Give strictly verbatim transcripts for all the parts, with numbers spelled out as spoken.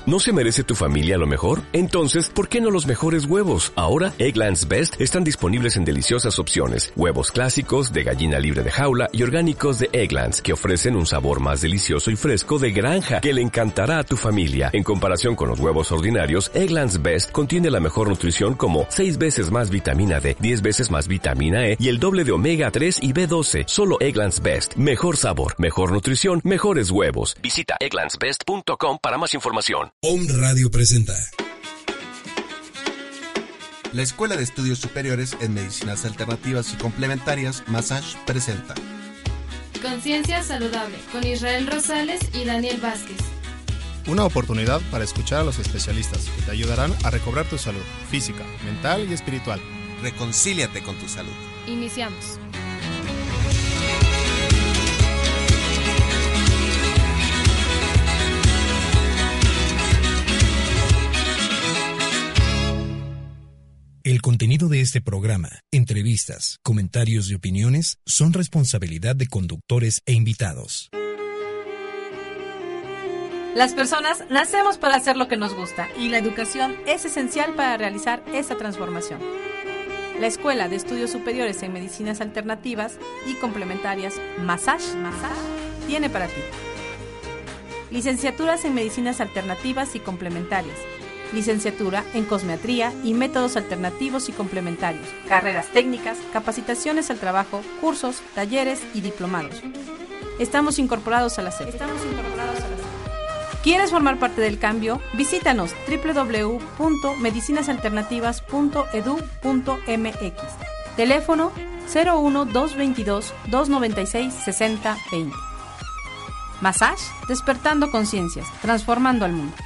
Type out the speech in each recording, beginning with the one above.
¿No se merece tu familia lo mejor? Entonces, ¿por qué no los mejores huevos? Ahora, Eggland's Best están disponibles en deliciosas opciones. Huevos clásicos, de gallina libre de jaula y orgánicos de Eggland's, que ofrecen un sabor más delicioso y fresco de granja que le encantará a tu familia. En comparación con los huevos ordinarios, Eggland's Best contiene la mejor nutrición como seis veces más vitamina D, diez veces más vitamina E y el doble de omega tres y B doce. Solo Eggland's Best. Mejor sabor, mejor nutrición, mejores huevos. Visita egglands best punto com para más información. Om Radio presenta La Escuela de Estudios Superiores en Medicinas Alternativas y Complementarias, Massage, presenta Conciencia Saludable, con Israel Rosales y Daniel Vázquez. Una oportunidad para escuchar a los especialistas que te ayudarán a recobrar tu salud física, mental y espiritual. Reconcíliate con tu salud. Iniciamos. El contenido de este programa, entrevistas, comentarios y opiniones son responsabilidad de conductores e invitados. Las personas nacemos para hacer lo que nos gusta y la educación es esencial para realizar esa transformación. La Escuela de Estudios Superiores en Medicinas Alternativas y Complementarias, Massage, Massage tiene para ti licenciaturas en Medicinas Alternativas y Complementarias, licenciatura en Cosmetría y Métodos Alternativos y Complementarios, carreras técnicas, capacitaciones al trabajo, cursos, talleres y diplomados. Estamos incorporados a la SEP. Estamos incorporados a la SEP. ¿Quieres formar parte del cambio? Visítanos doble u doble u doble u punto medicinas alternativas punto e d u punto m x. Teléfono cero uno dos veintidós dos noventa y seis sesenta veinte. Massage, despertando conciencias, transformando al mundo.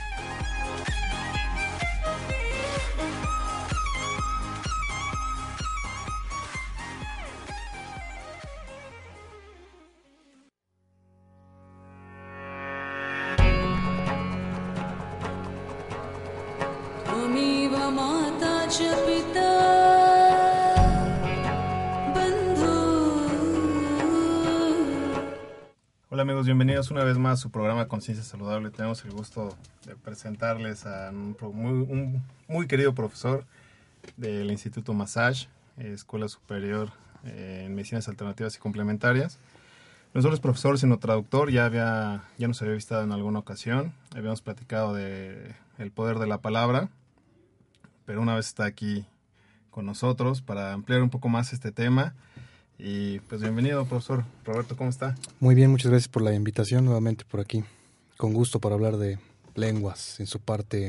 Hola amigos, bienvenidos una vez más a su programa Conciencia Saludable. Tenemos el gusto de presentarles a un muy, un muy querido profesor del Instituto Massage, Escuela Superior en Medicinas Alternativas y Complementarias. No solo es profesor, sino traductor. Ya, había, ya nos había visitado en alguna ocasión. Habíamos platicado de el poder de la palabra, pero una vez está aquí con nosotros para ampliar un poco más este tema. Y pues bienvenido, profesor Roberto, ¿cómo está? Muy bien, muchas gracias por la invitación nuevamente por aquí. Con gusto para hablar de lenguas en su parte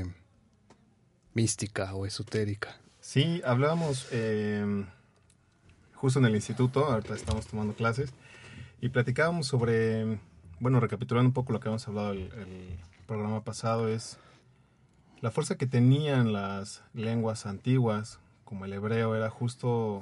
mística o esotérica. Sí, hablábamos eh, justo en el instituto, ahorita estamos tomando clases, y platicábamos sobre, bueno, recapitulando un poco lo que habíamos hablado el, el programa pasado, es la fuerza que tenían las lenguas antiguas, como el hebreo, era justo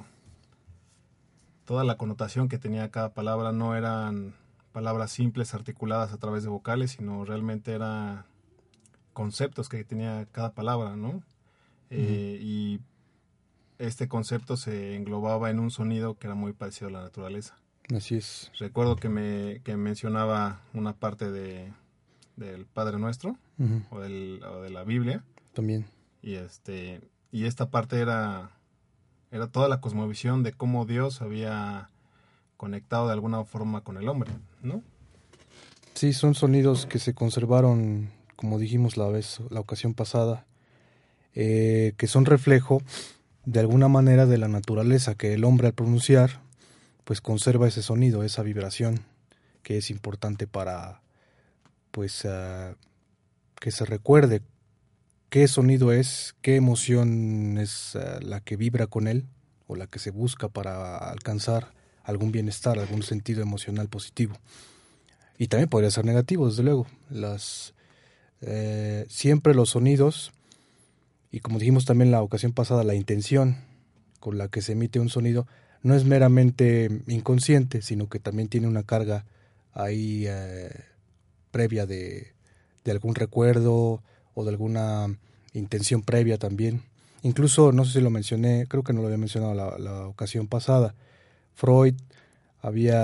toda la connotación que tenía cada palabra. No eran palabras simples articuladas a través de vocales, sino realmente eran conceptos que tenía cada palabra, ¿no? Uh-huh. Eh, y este concepto se englobaba en un sonido que era muy parecido a la naturaleza. Así es. Recuerdo que me que mencionaba una parte de del Padre Nuestro, uh-huh, o, del, o de la Biblia. También. Y este y esta parte era era toda la cosmovisión de cómo Dios había conectado de alguna forma con el hombre, ¿no? Sí, son sonidos que se conservaron, como dijimos la vez, la ocasión pasada, eh, que son reflejo de alguna manera de la naturaleza, que el hombre al pronunciar, pues conserva ese sonido, esa vibración, que es importante para, pues, uh, que se recuerde qué sonido es, qué emoción es uh, la que vibra con él o la que se busca para alcanzar algún bienestar, algún sentido emocional positivo. Y también podría ser negativo, desde luego. Las, eh, siempre los sonidos, y como dijimos también la ocasión pasada, la intención con la que se emite un sonido no es meramente inconsciente, sino que también tiene una carga ahí eh, previa de, de algún recuerdo o de alguna intención previa también. Incluso, no sé si lo mencioné, creo que no lo había mencionado la, la ocasión pasada, Freud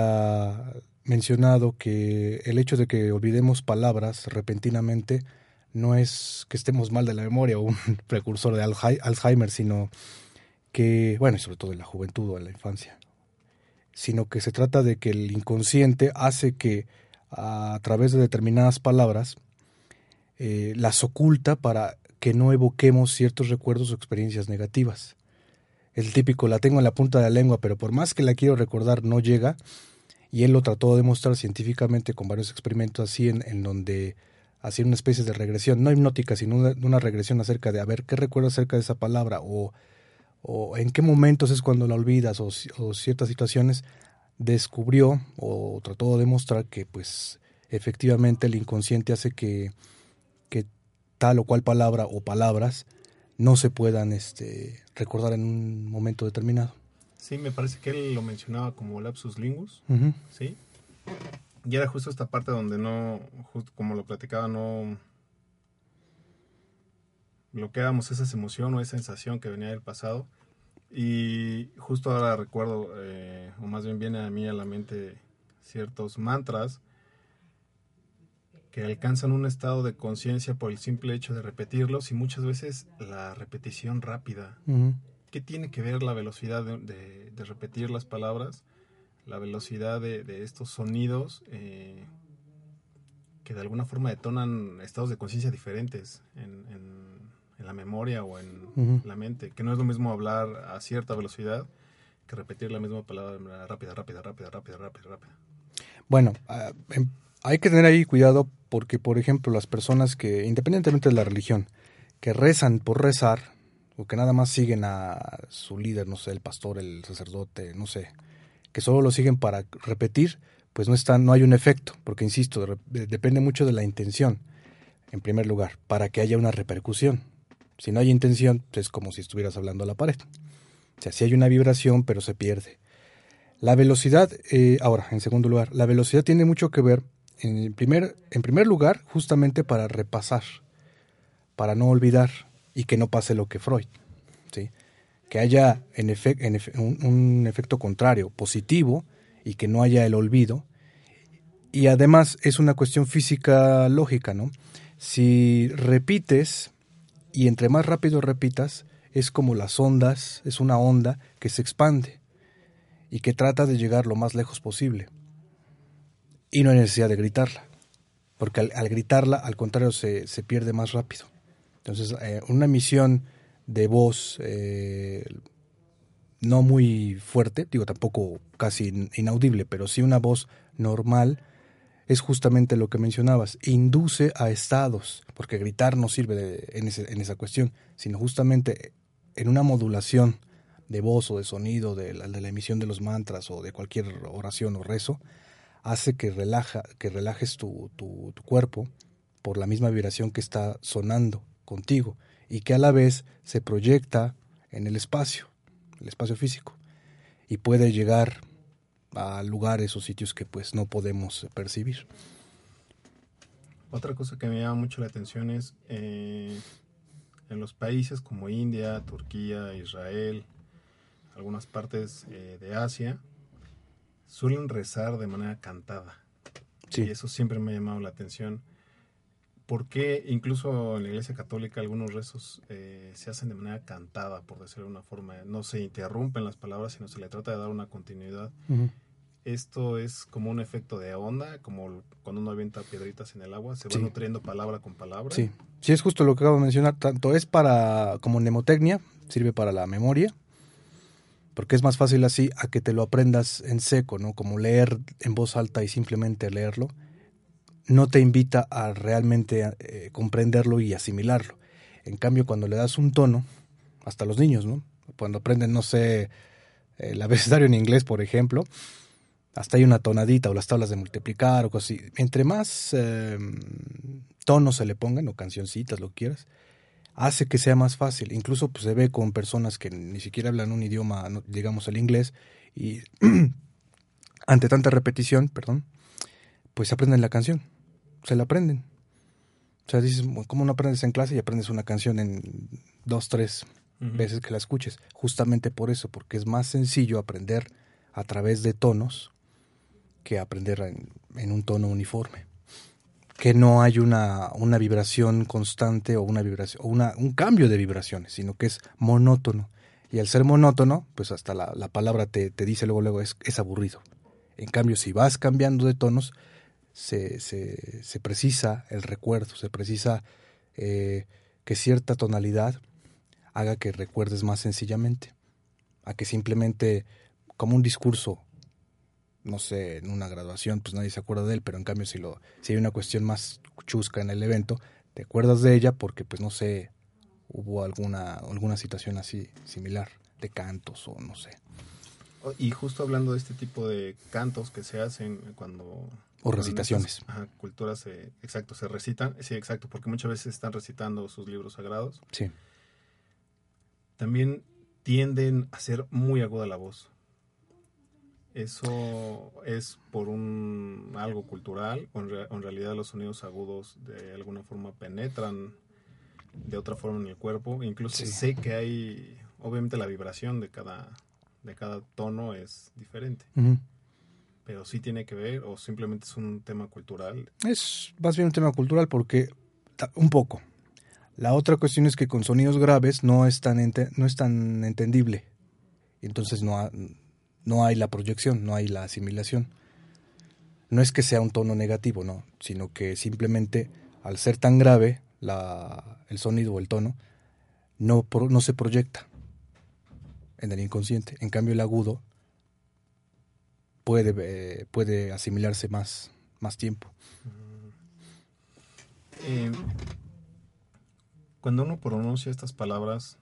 había mencionado que el hecho de que olvidemos palabras repentinamente no es que estemos mal de la memoria o un precursor de Alzheimer, sino que, bueno, y sobre todo en la juventud o en la infancia, sino que se trata de que el inconsciente hace que a través de determinadas palabras eh, las oculta para que no evoquemos ciertos recuerdos o experiencias negativas. El típico, la tengo en la punta de la lengua, pero por más que la quiero recordar no llega, y él lo trató de demostrar científicamente con varios experimentos así, en, en donde hacía una especie de regresión, no hipnótica, sino una, una regresión acerca de a ver qué recuerdo acerca de esa palabra, o, o en qué momentos es cuando la olvidas, o, o ciertas situaciones. Descubrió o trató de demostrar que pues efectivamente el inconsciente hace que, que tal o cual palabra o palabras no se puedan este, recordar en un momento determinado. Sí, me parece que él lo mencionaba como lapsus lingus, Uh-huh. ¿sí? Y era justo esta parte donde no, justo como lo platicaba, no bloqueábamos esa emoción o esa sensación que venía del pasado. Y justo ahora recuerdo, eh, o más bien viene a mí a la mente ciertos mantras que alcanzan un estado de conciencia por el simple hecho de repetirlos, y muchas veces la repetición rápida. Uh-huh. ¿Qué tiene que ver la velocidad de, de, de repetir las palabras, la velocidad de, de estos sonidos eh, que de alguna forma detonan estados de conciencia diferentes en, en, en la memoria o en uh-huh. la mente? Que no es lo mismo hablar a cierta velocidad que repetir la misma palabra de manera rápida, rápida, rápida, rápida, rápida, rápida. Bueno, uh, em, hay que tener ahí cuidado porque, por ejemplo, las personas que, independientemente de la religión, que rezan por rezar, o que nada más siguen a su líder, no sé, el pastor, el sacerdote, no sé, que solo lo siguen para repetir, pues no está, no hay un efecto, porque insisto, de, depende mucho de la intención, en primer lugar, para que haya una repercusión. Si no hay intención, pues es como si estuvieras hablando a la pared. O sea, sí hay una vibración, pero se pierde. La velocidad, eh, ahora, en segundo lugar, la velocidad tiene mucho que ver, en primer, en primer lugar, justamente para repasar, para no olvidar, y que no pase lo que Freud, ¿sí? Que haya en efe, en efe, un, un efecto contrario, positivo, y que no haya el olvido. Y además es una cuestión física lógica, ¿no? Si repites, y entre más rápido repitas, es como las ondas, es una onda que se expande y que trata de llegar lo más lejos posible. Y no hay necesidad de gritarla, porque al, al gritarla, al contrario, se, se pierde más rápido. Entonces, eh, una emisión de voz eh, no muy fuerte, digo tampoco casi inaudible, pero sí una voz normal, es justamente lo que mencionabas, induce a estados, porque gritar no sirve de, en, ese, en esa cuestión, sino justamente en una modulación de voz o de sonido, de la, de la emisión de los mantras o de cualquier oración o rezo, hace que, relaja, que relajes tu, tu, tu cuerpo por la misma vibración que está sonando contigo, y que a la vez se proyecta en el espacio, el espacio físico, y puede llegar a lugares o sitios que pues no podemos percibir. Otra cosa que me llama mucho la atención es eh, en los países como India, Turquía, Israel, algunas partes eh, de Asia, suelen rezar de manera cantada. Sí. Y eso siempre me ha llamado la atención. ¿Por qué incluso en la Iglesia Católica algunos rezos eh, se hacen de manera cantada, por decirlo de una forma? No se interrumpen las palabras, sino se le trata de dar una continuidad. Uh-huh. Esto es como un efecto de onda, como cuando uno avienta piedritas en el agua, se va sí. nutriendo palabra con palabra. Sí, sí, es justo lo que acabo de mencionar. Tanto es para, como mnemotecnia, sirve para la memoria, porque es más fácil así a que te lo aprendas en seco, ¿no? Como leer en voz alta y simplemente leerlo. No te invita a realmente eh, comprenderlo y asimilarlo. En cambio, cuando le das un tono, hasta los niños, ¿no? Cuando aprenden, no sé, el abecedario en inglés, por ejemplo, hasta hay una tonadita o las tablas de multiplicar o cosas así. Entre más eh, tonos se le pongan, o cancioncitas, lo que quieras, hace que sea más fácil. Incluso pues, se ve con personas que ni siquiera hablan un idioma, no, digamos el inglés, y ante tanta repetición, perdón, pues aprenden la canción. Se la aprenden. O sea, dices, ¿cómo no aprendes en clase y aprendes una canción en dos, tres uh-huh. veces que la escuches? Justamente por eso, porque es más sencillo aprender a través de tonos que aprender en, en un tono uniforme. que no hay una, una vibración constante o una vibración o una, un cambio de vibraciones, sino que es monótono. Y al ser monótono, pues hasta la, la palabra te, te dice luego, luego es, es aburrido. En cambio, si vas cambiando de tonos, se, se, se precisa el recuerdo, se precisa eh, que cierta tonalidad haga que recuerdes más sencillamente, a que simplemente como un discurso, no sé, en una graduación, pues nadie se acuerda de él, pero en cambio si, lo, si hay una cuestión más chusca en el evento, te acuerdas de ella porque, pues no sé, hubo alguna, alguna situación así similar, de cantos o no sé. Y justo hablando de este tipo de cantos que se hacen cuando... O recitaciones. Estas, ajá, culturas, se, exacto, se recitan. Sí, exacto, porque muchas veces están recitando sus libros sagrados. Sí. También tienden a ser muy aguda la voz. ¿Eso es por un algo cultural o en, re, o en realidad los sonidos agudos de alguna forma penetran de otra forma en el cuerpo? Incluso sí. Sé que hay, obviamente la vibración de cada, de cada tono es diferente. Uh-huh. Pero sí tiene que ver o simplemente es un tema cultural. Es más bien un tema cultural porque, un poco. La otra cuestión es que con sonidos graves no es tan, ente, no es tan entendible. Entonces no, ha, no hay la proyección, no hay la asimilación. No es que sea un tono negativo, no, sino que simplemente al ser tan grave la, el sonido o el tono, no, no se proyecta en el inconsciente. En cambio el agudo puede, eh, puede asimilarse más, más tiempo. Eh, cuando uno pronuncia estas palabras,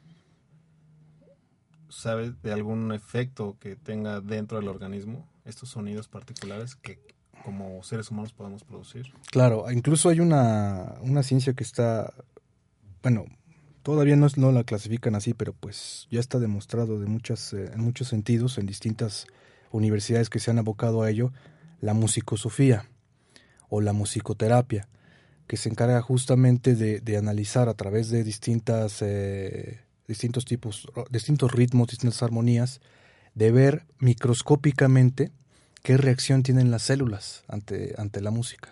¿sabe de algún efecto que tenga dentro del organismo estos sonidos particulares que como seres humanos podemos producir? Claro, incluso hay una, una ciencia que está, bueno, todavía no, no la clasifican así, pero pues ya está demostrado de muchas, eh, en muchos sentidos, en distintas universidades que se han abocado a ello, la musicosofía o la musicoterapia, que se encarga justamente de, de analizar a través de distintas, eh, distintos tipos, distintos ritmos, distintas armonías, de ver microscópicamente qué reacción tienen las células ante, ante la música.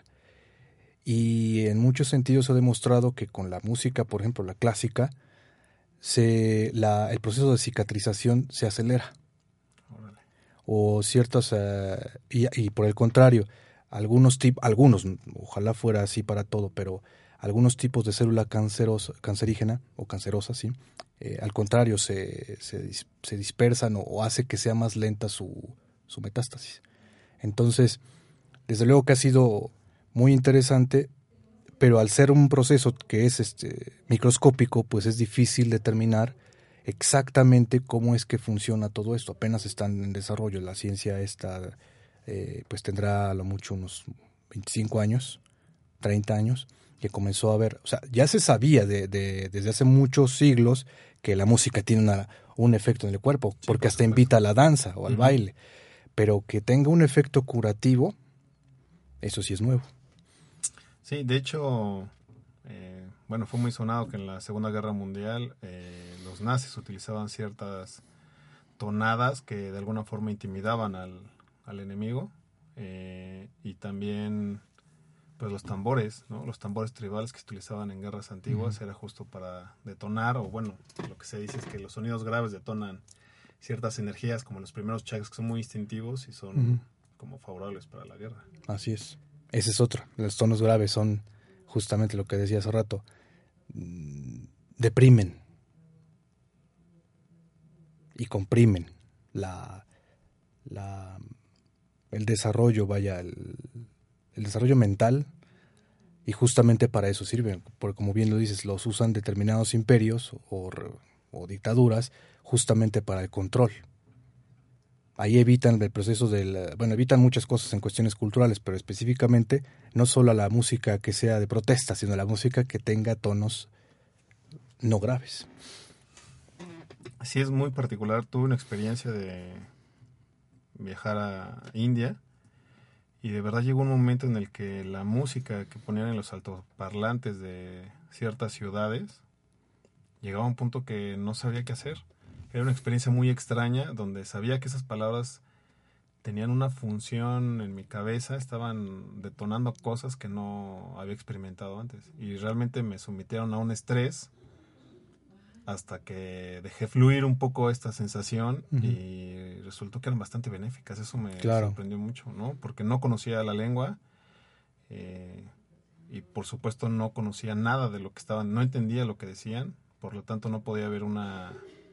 Y en muchos sentidos se ha demostrado que con la música, por ejemplo, la clásica, se, la, el proceso de cicatrización se acelera. Órale. O ciertas, uh, y, y por el contrario, algunos tipos, algunos, ojalá fuera así para todo, pero algunos tipos de célula canceros, cancerígena o cancerosa, sí, eh, al contrario, se, se, se dispersan o, o hace que sea más lenta su, su metástasis. Entonces, desde luego que ha sido muy interesante, pero al ser un proceso que es este microscópico, pues es difícil determinar exactamente cómo es que funciona todo esto. Apenas están en desarrollo. La ciencia esta, eh, pues tendrá a lo mucho unos veinticinco años, treinta años, que comenzó a ver, o sea, ya se sabía de, de, desde hace muchos siglos que la música tiene una, un efecto en el cuerpo, sí, porque por hasta supuesto. Invita a la danza o al uh-huh. baile, pero que tenga un efecto curativo, eso sí es nuevo. Sí, de hecho, eh, bueno, fue muy sonado que en la Segunda Guerra Mundial eh, los nazis utilizaban ciertas tonadas que de alguna forma intimidaban al, al enemigo, eh, y también pues los tambores, ¿no? Los tambores tribales que se utilizaban en guerras antiguas, uh-huh. era justo para detonar, o bueno, lo que se dice es que los sonidos graves detonan ciertas energías, como los primeros chakras, que son muy instintivos y son uh-huh. como favorables para la guerra. Así es. Ese es otro. Los tonos graves son justamente lo que decía hace rato. Deprimen y comprimen la, la el desarrollo, vaya, el, el desarrollo mental, y justamente para eso sirven, porque como bien lo dices, los usan determinados imperios o, o dictaduras justamente para el control. Ahí evitan el proceso del, bueno, evitan muchas cosas en cuestiones culturales, pero específicamente no solo la música que sea de protesta, sino la música que tenga tonos no graves. Sí, es muy particular. Tuve una experiencia de viajar a India y de verdad llegó un momento en el que la música que ponían en los altoparlantes de ciertas ciudades llegaba a un punto que no sabía qué hacer. Era una experiencia muy extraña donde sabía que esas palabras tenían una función en mi cabeza, estaban detonando cosas que no había experimentado antes. Y realmente me sometieron a un estrés hasta que dejé fluir un poco esta sensación uh-huh. y resultó que eran bastante benéficas. Eso me claro. sorprendió mucho, ¿no? Porque no conocía la lengua eh, y por supuesto no conocía nada de lo que estaban, no entendía lo que decían, por lo tanto no podía haber una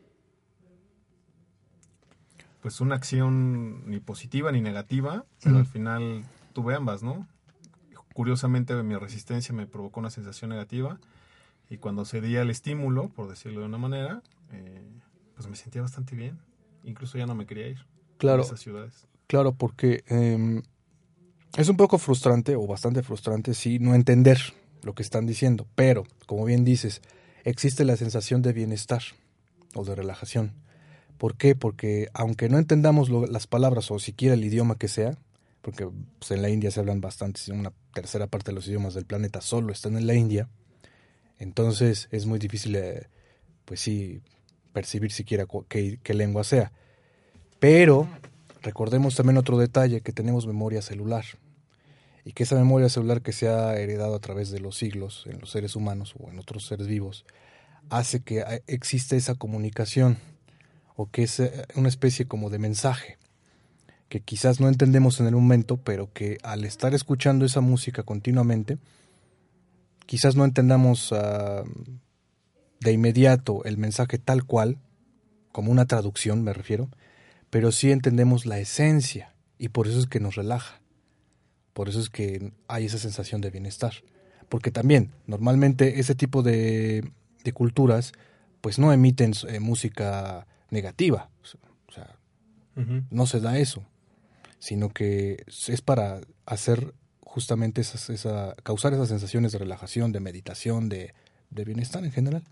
pues una acción ni positiva ni negativa, pero uh-huh. al final tuve ambas, ¿no? Curiosamente mi resistencia me provocó una sensación negativa. Y cuando cedía el estímulo, por decirlo de una manera, eh, pues me sentía bastante bien. Incluso ya no me quería ir claro, a esas ciudades. Claro, porque eh, es un poco frustrante, o bastante frustrante, sí, no entender lo que están diciendo. Pero, como bien dices, existe la sensación de bienestar o de relajación. ¿Por qué? Porque aunque no entendamos lo, las palabras o siquiera el idioma que sea, porque pues, en la India se hablan bastantes, una tercera parte de los idiomas del planeta solo están en la India. Entonces es muy difícil, eh, pues sí, percibir siquiera qué, qué lengua sea. Pero recordemos también otro detalle, que tenemos memoria celular. Y que esa memoria celular que se ha heredado a través de los siglos en los seres humanos o en otros seres vivos, hace que exista esa comunicación, o que es una especie como de mensaje, que quizás no entendemos en el momento, pero que al estar escuchando esa música continuamente, quizás no entendamos uh, de inmediato el mensaje tal cual, como una traducción me refiero, pero sí entendemos la esencia y por eso es que nos relaja, por eso es que hay esa sensación de bienestar. Porque también, normalmente ese tipo de, de culturas pues no emiten eh, música negativa, o sea, uh-huh. no se da eso, sino que es para hacer justamente esas, esa, causar esas sensaciones de relajación, de meditación, de, de bienestar en general.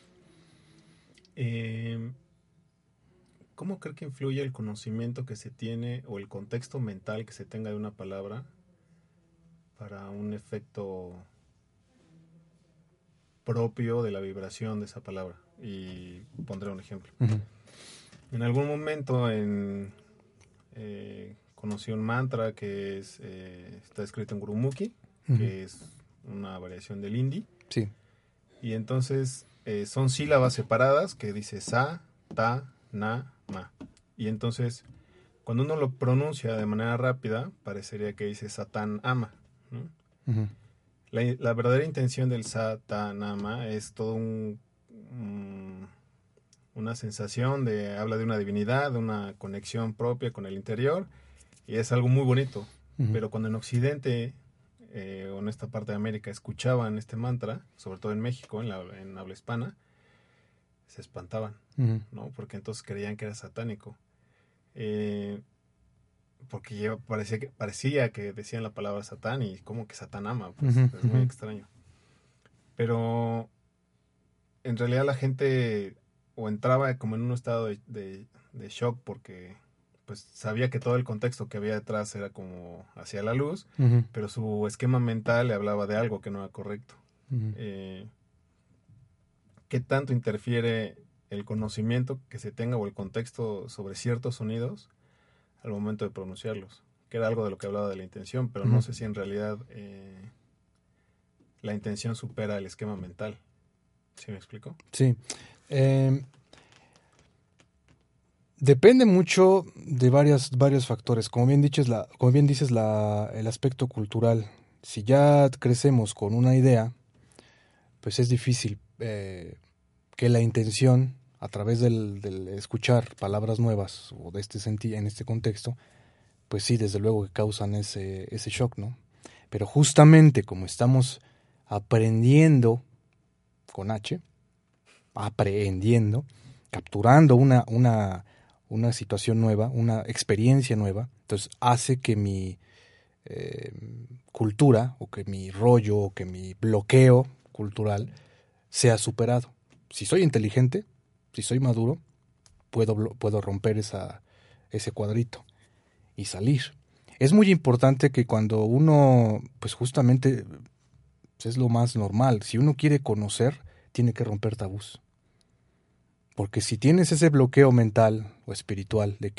Eh, ¿Cómo cree que influye el conocimiento que se tiene o el contexto mental que se tenga de una palabra para un efecto propio de la vibración de esa palabra? Y pondré un ejemplo. Uh-huh. En algún momento en... Eh, conocí un mantra que es eh, está escrito en Gurumukhi, uh-huh. que es una variación del hindi. Sí. Y entonces eh, son sílabas separadas que dice sa, ta, na, ma. Y entonces cuando uno lo pronuncia de manera rápida, parecería que dice Satán ama, ¿no? Uh-huh. La, la verdadera intención del sa, ta, na, ma es todo un, un una sensación de, habla de una divinidad, de una conexión propia con el interior. Y es algo muy bonito, uh-huh. pero cuando en Occidente eh, o en esta parte de América escuchaban este mantra, sobre todo en México, en, la, en habla hispana, se espantaban, uh-huh. ¿no? Porque entonces creían que era satánico. Eh, porque yo parecía, que, parecía que decían la palabra Satán y como que Satán ama, pues uh-huh. es muy uh-huh. extraño. Pero en realidad la gente o entraba como en un estado de, de, de shock porque pues sabía que todo el contexto que había detrás era como hacia la luz, uh-huh. pero su esquema mental le hablaba de algo que no era correcto. Uh-huh. Eh, ¿Qué tanto interfiere el conocimiento que se tenga o el contexto sobre ciertos sonidos al momento de pronunciarlos? Que era algo de lo que hablaba de la intención, pero uh-huh. no sé si en realidad eh, la intención supera el esquema mental. ¿Sí me explico? Sí. Eh... Depende mucho de varias, varios factores. Como bien dices, la, como bien dices la, el aspecto cultural. Si ya crecemos con una idea, pues es difícil eh, que la intención, a través del, del escuchar palabras nuevas o de este senti- en este contexto, pues sí, desde luego que causan ese, ese shock, ¿no? Pero justamente como estamos aprendiendo con H, aprehendiendo, capturando una... una una situación nueva, una experiencia nueva, entonces hace que mi eh, cultura o que mi rollo o que mi bloqueo cultural sea superado. Si soy inteligente, si soy maduro, puedo, puedo romper esa, ese cuadrito y salir. Es muy importante que cuando uno, pues justamente es lo más normal, si uno quiere conocer, tiene que romper tabús. Porque si tienes ese bloqueo mental o espiritual de que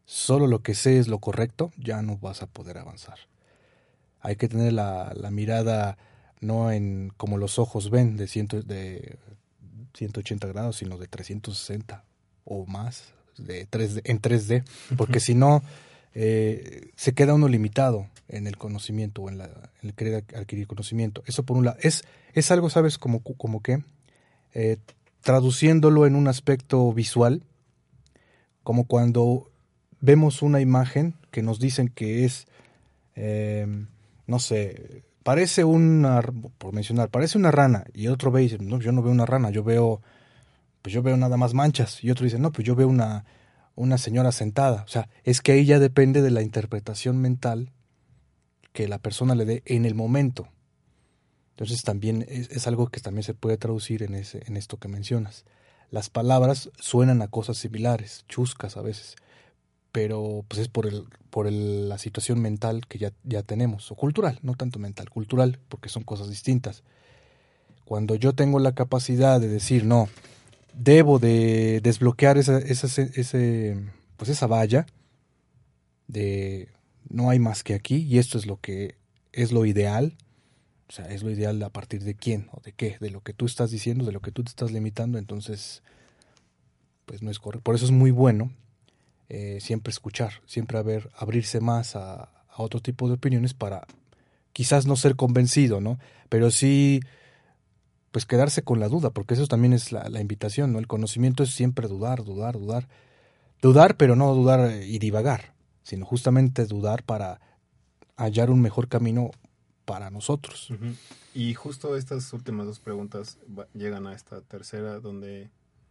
solo lo que sé es lo correcto, ya no vas a poder avanzar. Hay que tener la, la mirada no en como los ojos ven de, ciento, de ciento ochenta grados, sino de trescientos sesenta o más de tres D, en tres D, porque si no eh, se queda uno limitado en el conocimiento o en, la, en el querer adquirir conocimiento. Eso por un lado. Es, es algo, ¿sabes? Como, como que eh, traduciéndolo en un aspecto visual, como cuando vemos una imagen que nos dicen que es, eh, no sé, parece una, por mencionar, parece una rana, y otro ve y dice, no, yo no veo una rana, yo veo, pues yo veo nada más manchas, y otro dice, no, pues yo veo una, una señora sentada. O sea, es que ahí ya depende de la interpretación mental que la persona le dé en el momento. Entonces también es, es algo que también se puede traducir en, ese, en esto que mencionas. Las palabras suenan a cosas similares, chuscas a veces, pero pues es por el por el, la situación mental que ya, ya tenemos, o cultural, no tanto mental, cultural, porque son cosas distintas. Cuando yo tengo la capacidad de decir, no, debo de desbloquear esa, esa, ese, pues esa valla de no hay más que aquí, y esto es lo que es lo ideal. O sea, es lo ideal a partir de quién o de qué, de lo que tú estás diciendo, de lo que tú te estás limitando, entonces pues no es correcto. Por eso es muy bueno eh, siempre escuchar, siempre haber, abrirse más a, a otro tipo de opiniones para quizás no ser convencido, ¿no? Pero sí, pues quedarse con la duda, porque eso también es la, la invitación, ¿no? El conocimiento es siempre dudar, dudar, dudar. Dudar, pero no dudar y divagar, sino justamente dudar para hallar un mejor camino para nosotros. Uh-huh. Y justo estas últimas dos preguntas va, llegan a esta tercera, donde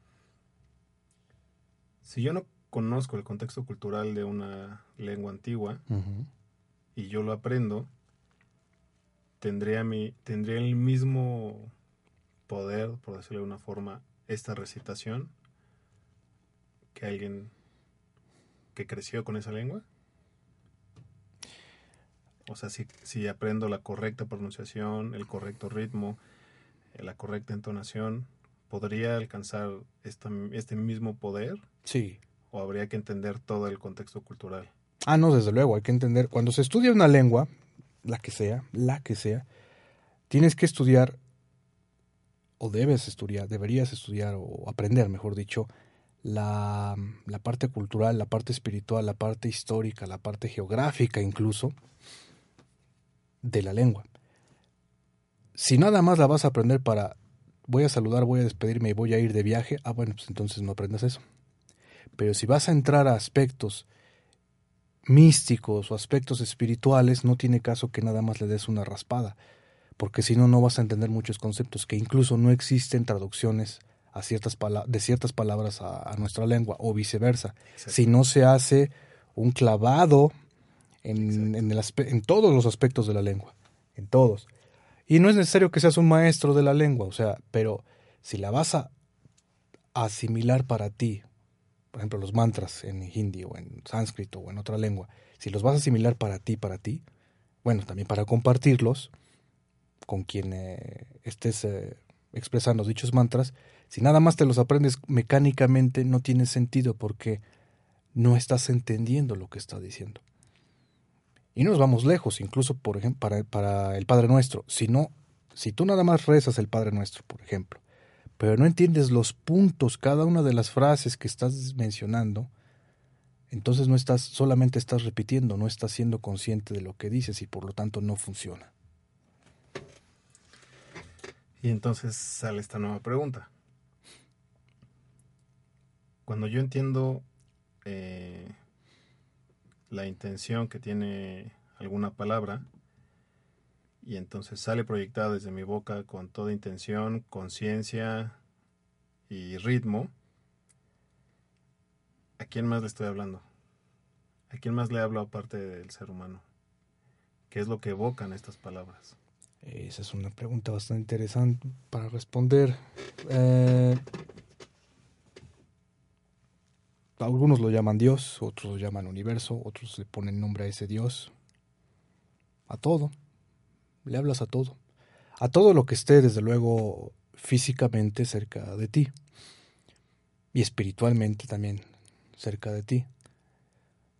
si yo no conozco el contexto cultural de una lengua antigua, uh-huh, y yo lo aprendo, tendría mi tendría el mismo poder, por decirlo de una forma, esta recitación que alguien que creció con esa lengua. O sea, si, si aprendo la correcta pronunciación, el correcto ritmo, la correcta entonación, ¿podría alcanzar esta, este mismo poder? Sí. ¿O habría que entender todo el contexto cultural? Ah, no, desde luego, hay que entender. Cuando se estudia una lengua, la que sea, la que sea, tienes que estudiar, o debes estudiar, deberías estudiar, o aprender, mejor dicho, la, la parte cultural, la parte espiritual, la parte histórica, la parte geográfica incluso, de la lengua. Si nada más la vas a aprender para voy a saludar, voy a despedirme y voy a ir de viaje, ah bueno, pues entonces no aprendas eso. Pero si vas a entrar a aspectos místicos o aspectos espirituales, no tiene caso que nada más le des una raspada, porque si no, no vas a entender muchos conceptos, que incluso no existen traducciones a ciertas pala- de ciertas palabras a, a nuestra lengua, o viceversa. Exacto. Si no se hace un clavado En, en, el aspe- en todos los aspectos de la lengua, en todos. Y no es necesario que seas un maestro de la lengua, o sea, pero si la vas a asimilar para ti, por ejemplo, los mantras en hindi o en sánscrito o en otra lengua, si los vas a asimilar para ti, para ti, bueno, también para compartirlos con quien eh, estés eh, expresando dichos mantras, si nada más te los aprendes mecánicamente, no tiene sentido porque no estás entendiendo lo que está diciendo. Y no nos vamos lejos, incluso por ejemplo para, para el Padre Nuestro. Si no, si tú nada más rezas el Padre Nuestro, por ejemplo, pero no entiendes los puntos, cada una de las frases que estás mencionando, entonces no estás, solamente estás repitiendo, no estás siendo consciente de lo que dices y por lo tanto no funciona. Y entonces sale esta nueva pregunta. Cuando yo entiendo eh, la intención que tiene alguna palabra y entonces sale proyectada desde mi boca con toda intención, conciencia y ritmo, ¿a quién más le estoy hablando? ¿A quién más le hablo aparte del ser humano? ¿Qué es lo que evocan estas palabras? Esa es una pregunta bastante interesante para responder. Eh, algunos lo llaman Dios, otros lo llaman universo, otros le ponen nombre a ese Dios. A todo. Le hablas a todo. A todo lo que esté, desde luego, físicamente cerca de ti. Y espiritualmente también cerca de ti.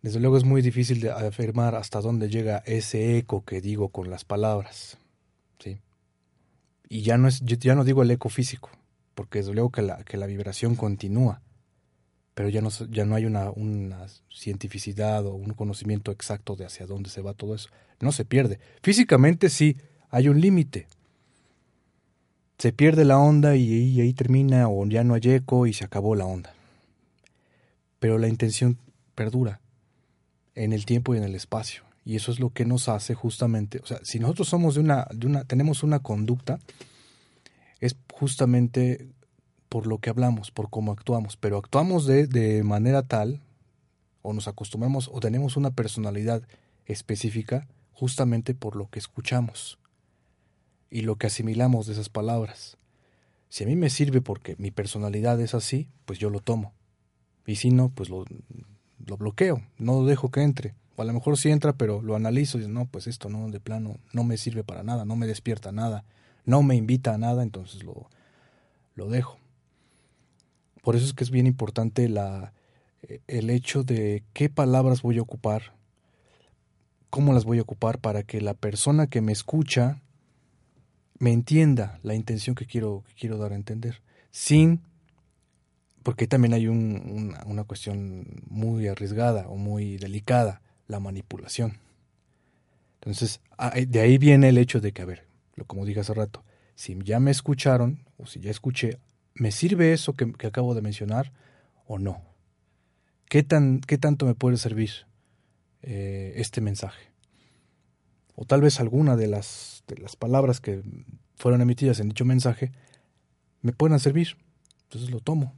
Desde luego es muy difícil de afirmar hasta dónde llega ese eco que digo con las palabras, ¿sí? Y ya no es, ya no digo el eco físico, porque desde luego que la, que la vibración continúa, pero ya no, ya no hay una, una cientificidad o un conocimiento exacto de hacia dónde se va todo eso. No se pierde. Físicamente sí hay un límite. Se pierde la onda y, y ahí termina, o ya no hay eco y se acabó la onda. Pero la intención perdura en el tiempo y en el espacio. Y eso es lo que nos hace justamente, o sea, si nosotros somos de una, de una, tenemos una conducta, es justamente por lo que hablamos, por cómo actuamos, pero actuamos de, de manera tal, o nos acostumbramos, o tenemos una personalidad específica, justamente por lo que escuchamos y lo que asimilamos de esas palabras. Si a mí me sirve porque mi personalidad es así, pues yo lo tomo. Y si no, pues lo, lo bloqueo, no lo dejo que entre. O a lo mejor sí entra, pero lo analizo y digo, no, pues esto no, de plano, no me sirve para nada, no me despierta nada, no me invita a nada, entonces lo, lo dejo. Por eso es que es bien importante la, el hecho de qué palabras voy a ocupar, cómo las voy a ocupar para que la persona que me escucha me entienda la intención que quiero, que quiero dar a entender. Sin, porque también hay un, una, una cuestión muy arriesgada o muy delicada, la manipulación. Entonces, de ahí viene el hecho de que, a ver, como dije hace rato, si ya me escucharon o si ya escuché, ¿me sirve eso que, que acabo de mencionar o no? ¿Qué, tan, qué tanto me puede servir eh, este mensaje? O tal vez alguna de las, de las palabras que fueron emitidas en dicho mensaje me puedan servir. Entonces lo tomo.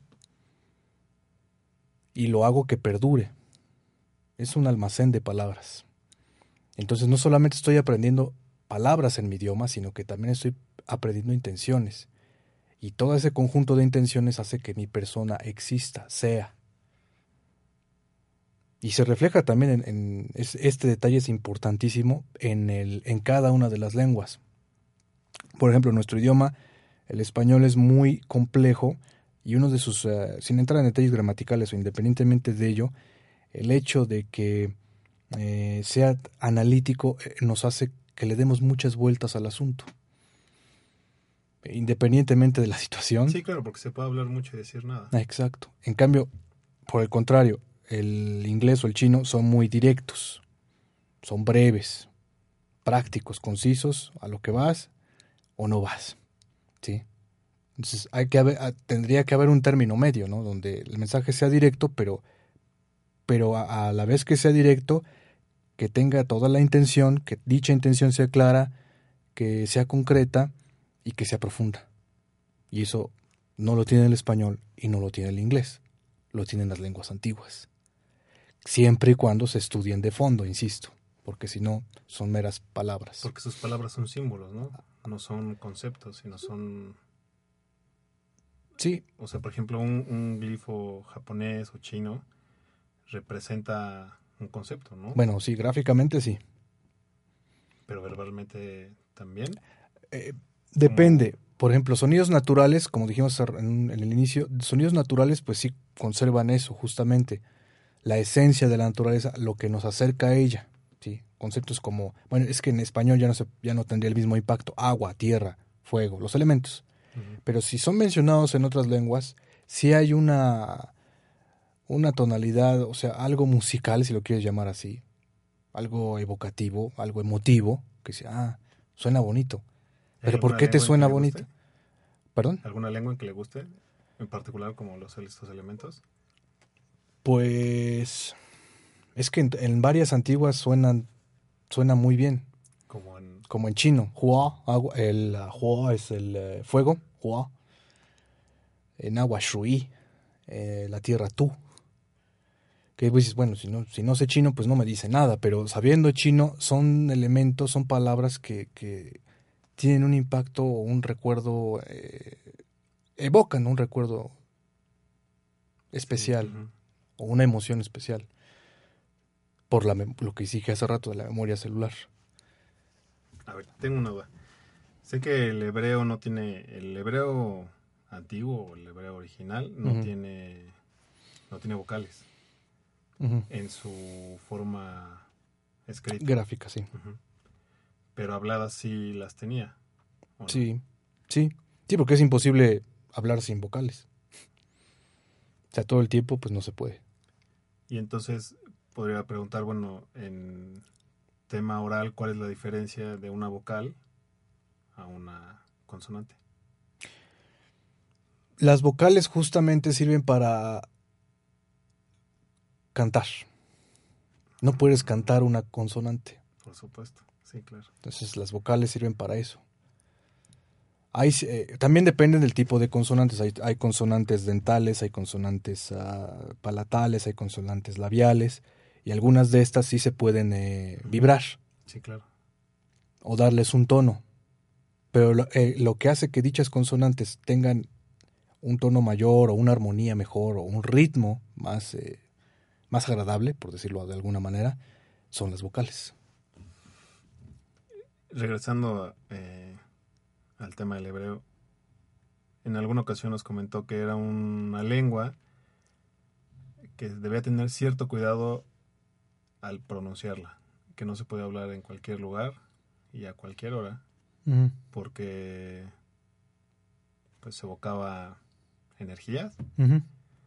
Y lo hago que perdure. Es un almacén de palabras. Entonces no solamente estoy aprendiendo palabras en mi idioma, sino que también estoy aprendiendo intenciones. Y todo ese conjunto de intenciones hace que mi persona exista, sea. Y se refleja también en, en es, este detalle es importantísimo en, el, en cada una de las lenguas. Por ejemplo, nuestro idioma, el español, es muy complejo y uno de sus, uh, sin entrar en detalles gramaticales o independientemente de ello, el hecho de que eh, sea analítico eh, nos hace que le demos muchas vueltas al asunto. Independientemente de la situación. Sí, claro, porque se puede hablar mucho y decir nada. Exacto. En cambio, por el contrario, el inglés o el chino son muy directos, son breves, prácticos, concisos, a lo que vas o no vas, ¿sí? Entonces hay que haber, tendría que haber un término medio, ¿no? Donde el mensaje sea directo, pero, pero a, a la vez que sea directo, que tenga toda la intención, que dicha intención sea clara, que sea concreta y que sea profunda. Y eso no lo tiene el español y no lo tiene el inglés, lo tienen las lenguas antiguas. Siempre y cuando se estudien de fondo, insisto, porque si no, son meras palabras. Porque sus palabras son símbolos, ¿no? No son conceptos, sino son... Sí. O sea, por ejemplo, un, un glifo japonés o chino representa un concepto, ¿no? Bueno, sí, gráficamente sí. Pero verbalmente también. Eh, depende. Como... Por ejemplo, sonidos naturales, como dijimos en, en el inicio, sonidos naturales pues sí conservan eso, justamente. La esencia de la naturaleza, lo que nos acerca a ella, ¿sí? Conceptos como, bueno, es que en español ya no se, ya no tendría el mismo impacto, agua, tierra, fuego, los elementos. Uh-huh. Pero si son mencionados en otras lenguas, sí hay una, una tonalidad, o sea, algo musical, si lo quieres llamar así, algo evocativo, algo emotivo, que sea, ah, suena bonito. ¿Pero por qué te suena bonito? Guste? ¿Perdón? ¿Alguna lengua en que le guste, en particular como los estos elementos? Pues es que en, en varias antiguas suenan suena muy bien. Como en como en chino, hua, agua, el uh, hua es el uh, fuego, hua. En agua shui, eh, la tierra tu. Que dices, bueno, si no si no sé chino, pues no me dice nada, pero sabiendo chino son elementos, son palabras que, que tienen un impacto o un recuerdo, eh, evocan un recuerdo especial. Sí, uh-huh. O una emoción especial por la lo que dije hace rato de la memoria celular. A ver, tengo una duda. Sé que el hebreo no tiene, el hebreo antiguo o el hebreo original no uh-huh. tiene no tiene vocales. uh-huh. en su forma escrita. Gráfica, sí. Uh-huh. Pero habladas sí las tenía. ¿O no? Sí, sí. Sí, porque es imposible hablar sin vocales. O sea, todo el tiempo pues no se puede. Y entonces podría preguntar, bueno, en tema oral, ¿cuál es la diferencia de una vocal a una consonante? Las vocales justamente sirven para cantar. No puedes cantar una consonante. Por supuesto, sí, claro. Entonces las vocales sirven para eso. Hay, eh, también dependen del tipo de consonantes. Hay, hay consonantes dentales, hay consonantes uh, palatales, hay consonantes labiales, y algunas de estas sí se pueden eh, vibrar. Sí, claro. O darles un tono. Pero lo, eh, lo que hace que dichas consonantes tengan un tono mayor o una armonía mejor o un ritmo más, eh, más agradable, por decirlo de alguna manera, son las vocales. Regresando eh, al tema del hebreo, en alguna ocasión nos comentó que era una lengua que debía tener cierto cuidado al pronunciarla, que no se puede hablar en cualquier lugar y a cualquier hora, uh-huh. porque pues se evocaba energías. Uh-huh.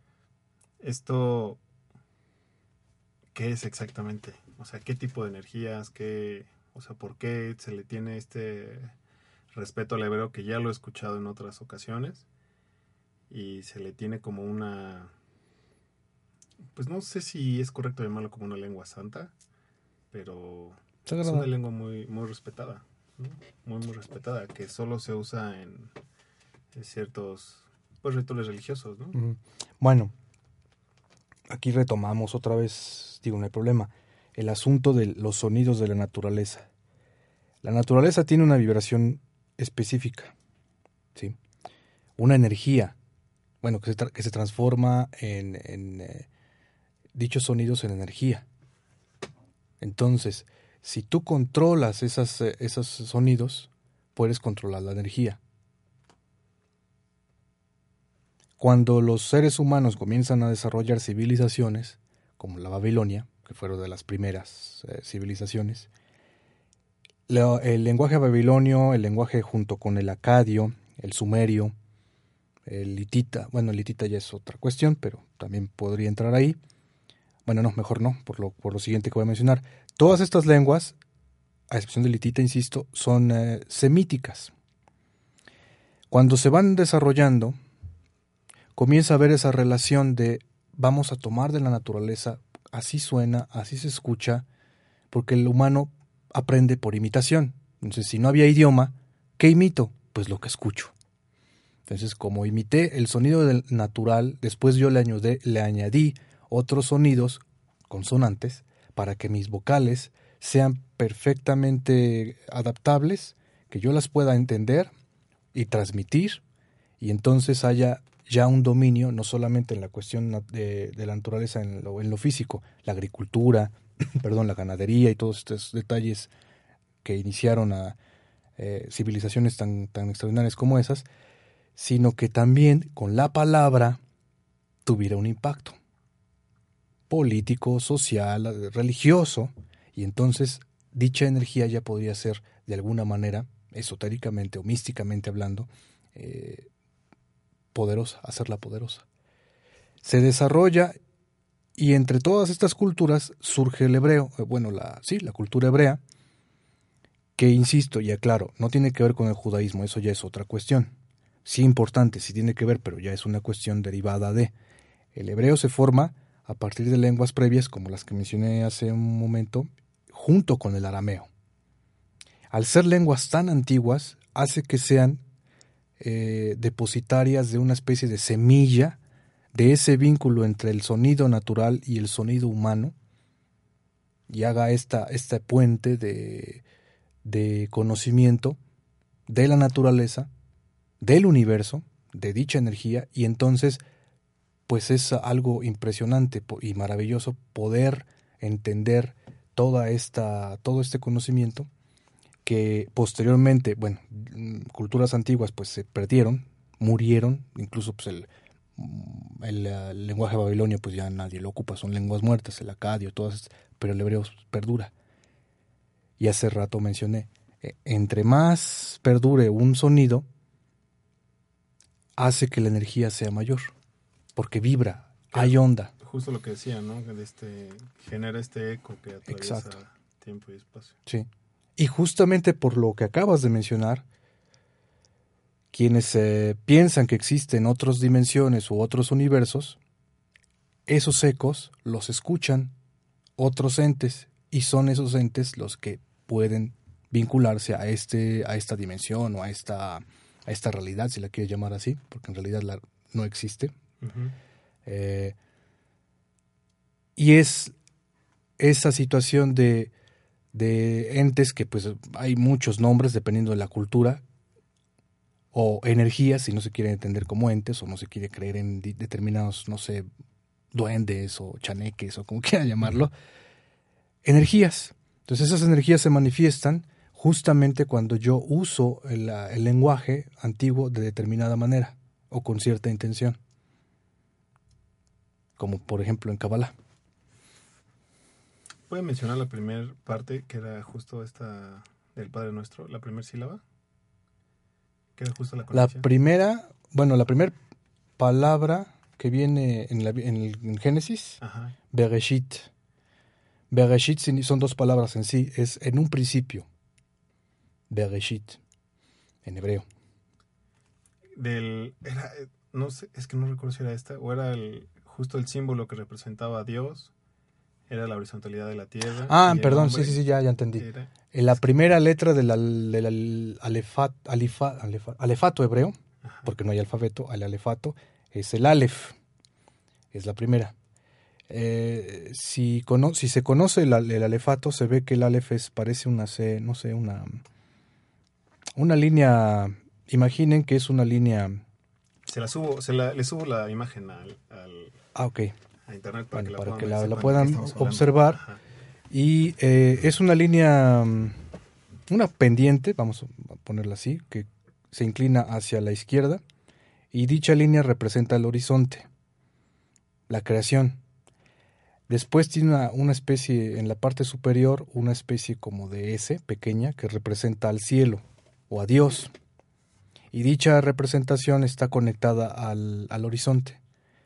Esto, ¿qué es exactamente? O sea, ¿qué tipo de energías? ¿Qué, o sea, por qué se le tiene este respeto al hebreo, que ya lo he escuchado en otras ocasiones, y se le tiene como una, pues no sé si es correcto llamarlo como una lengua santa, pero Sagrada. Es una lengua muy, muy respetada, ¿no? Muy, muy respetada, que solo se usa en, en ciertos pues, rituales religiosos, ¿no? Uh-huh. Bueno, aquí retomamos otra vez, digo, no hay problema, el asunto de los sonidos de la naturaleza. La naturaleza tiene una vibración específica, ¿sí? Una energía, bueno, que se, tra- que se transforma en, en eh, dichos sonidos en energía. Entonces, si tú controlas esas, eh, esos sonidos, puedes controlar la energía. Cuando los seres humanos comienzan a desarrollar civilizaciones, como la Babilonia, que fueron de las primeras eh, civilizaciones, la, el lenguaje babilonio, el lenguaje junto con el acadio, el sumerio, el hitita, bueno, el hitita ya es otra cuestión, pero también podría entrar ahí. Bueno, no, mejor no, por lo, por lo siguiente que voy a mencionar. Todas estas lenguas, a excepción del hitita, insisto, son eh, semíticas. Cuando se van desarrollando, comienza a haber esa relación de vamos a tomar de la naturaleza, así suena, así se escucha, porque el humano aprende por imitación. Entonces, si no había idioma, ¿qué imito? Pues lo que escucho. Entonces, como imité el sonido del natural, después yo le añadí, le añadí otros sonidos, consonantes, para que mis vocales sean perfectamente adaptables, que yo las pueda entender y transmitir, y entonces haya ya un dominio, no solamente en la cuestión de, de la naturaleza, en lo, en lo físico, la agricultura, perdón, la ganadería y todos estos detalles que iniciaron a eh, civilizaciones tan, tan extraordinarias como esas, sino que también con la palabra tuviera un impacto político, social, religioso, y entonces dicha energía ya podría ser de alguna manera, esotéricamente o místicamente hablando, eh, poderosa, hacerla poderosa. Se desarrolla y entre todas estas culturas surge el hebreo, bueno, la, sí, la cultura hebrea, que insisto y aclaro, no tiene que ver con el judaísmo, eso ya es otra cuestión. Sí importante, sí tiene que ver, pero ya es una cuestión derivada de. El hebreo se forma a partir de lenguas previas, como las que mencioné hace un momento, junto con el arameo. Al ser lenguas tan antiguas, hace que sean eh, depositarias de una especie de semilla, de ese vínculo entre el sonido natural y el sonido humano, y haga esta, este puente de, de conocimiento de la naturaleza, del universo, de dicha energía, y entonces pues es algo impresionante y maravilloso poder entender toda esta, todo este conocimiento que posteriormente, bueno, culturas antiguas pues se perdieron, murieron, incluso pues el el, el lenguaje babilonio pues ya nadie lo ocupa, son lenguas muertas, el acadio, todas, pero el hebreo perdura. Y hace rato mencioné, entre más perdure un sonido, hace que la energía sea mayor, porque vibra, claro, hay onda. Justo lo que decía, ¿no? Que este, genera este eco que atraviesa Exacto. tiempo y espacio. Sí. Y justamente por lo que acabas de mencionar, quienes eh, piensan que existen otras dimensiones u otros universos, esos ecos los escuchan otros entes y son esos entes los que pueden vincularse a este a esta dimensión o a esta a esta realidad, si la quieres llamar así, porque en realidad la, no existe. Uh-huh. Eh, y es esa situación de, de entes que pues hay muchos nombres dependiendo de la cultura, o energías, si no se quiere entender como entes, o no se quiere creer en di- determinados, no sé, duendes o chaneques, o como quieran llamarlo, energías. Entonces esas energías se manifiestan justamente cuando yo uso el, el lenguaje antiguo de determinada manera, o con cierta intención. Como por ejemplo en Kabbalah. ¿Puede mencionar la primera parte, que era justo esta del Padre Nuestro, la primera sílaba? Que era justo la conexión. La primera, bueno, la primera palabra que viene en, la, en el en Génesis, Ajá. Bereshit. Bereshit son dos palabras en sí, es en un principio. Bereshit, en hebreo. Del, era, no sé, es que no recuerdo si era esta, o era el, justo el símbolo que representaba a Dios, era la horizontalidad de la tierra. Ah, perdón, sí, sí, sí, ya, ya entendí. Era, en la primera letra del, del alefat, alefat, alefat, alefato hebreo, Ajá. porque no hay alfabeto, el alefato, es el alef, es la primera. Eh, si, cono, si se conoce el, el alefato, se ve que el alef es, parece una, no sé, una, una línea, imaginen que es una línea... Se la subo, se la, le subo la imagen al... al ah, ok. A internet para bueno, que la para puedan, que la, la puedan observar. Ajá. Y eh, es una línea, una pendiente, vamos a ponerla así, que se inclina hacia la izquierda, y dicha línea representa el horizonte, la creación. Después tiene una, una especie, en la parte superior, una especie como de S pequeña que representa al cielo o a Dios. Y dicha representación está conectada al, al horizonte.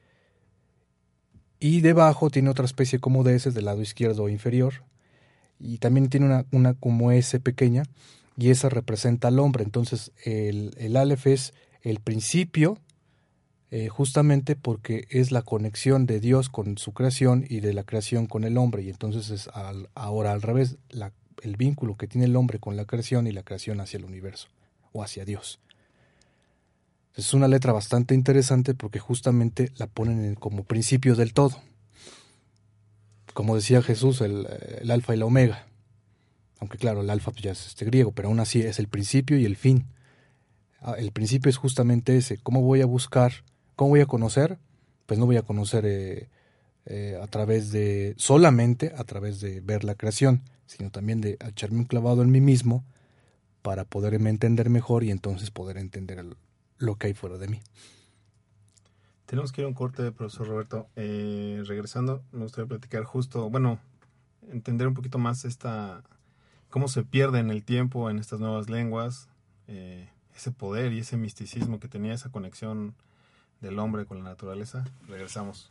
Y debajo tiene otra especie como de S del lado izquierdo inferior. Y también tiene una, una como S pequeña, y esa representa al hombre. Entonces el, el Aleph es el principio, Eh, justamente porque es la conexión de Dios con su creación y de la creación con el hombre, y entonces es al, ahora al revés, la, el vínculo que tiene el hombre con la creación y la creación hacia el universo o hacia Dios. Es una letra bastante interesante porque justamente la ponen en, como principio del todo, como decía Jesús, el, el alfa y la omega, aunque claro, el alfa pues ya es este griego, pero aún así es el principio y el fin. El principio es justamente ese, ¿cómo voy a buscar? ¿Cómo voy a conocer? Pues no voy a conocer eh, eh, a través de, solamente a través de ver la creación, sino también de echarme un clavado en mí mismo para poderme entender mejor y entonces poder entender el, lo que hay fuera de mí. Tenemos que ir a un corte, profesor Roberto. Eh, regresando, me gustaría platicar justo, bueno, entender un poquito más esta, cómo se pierde en el tiempo en estas nuevas lenguas, eh, ese poder y ese misticismo que tenía, esa conexión del hombre con la naturaleza. Regresamos.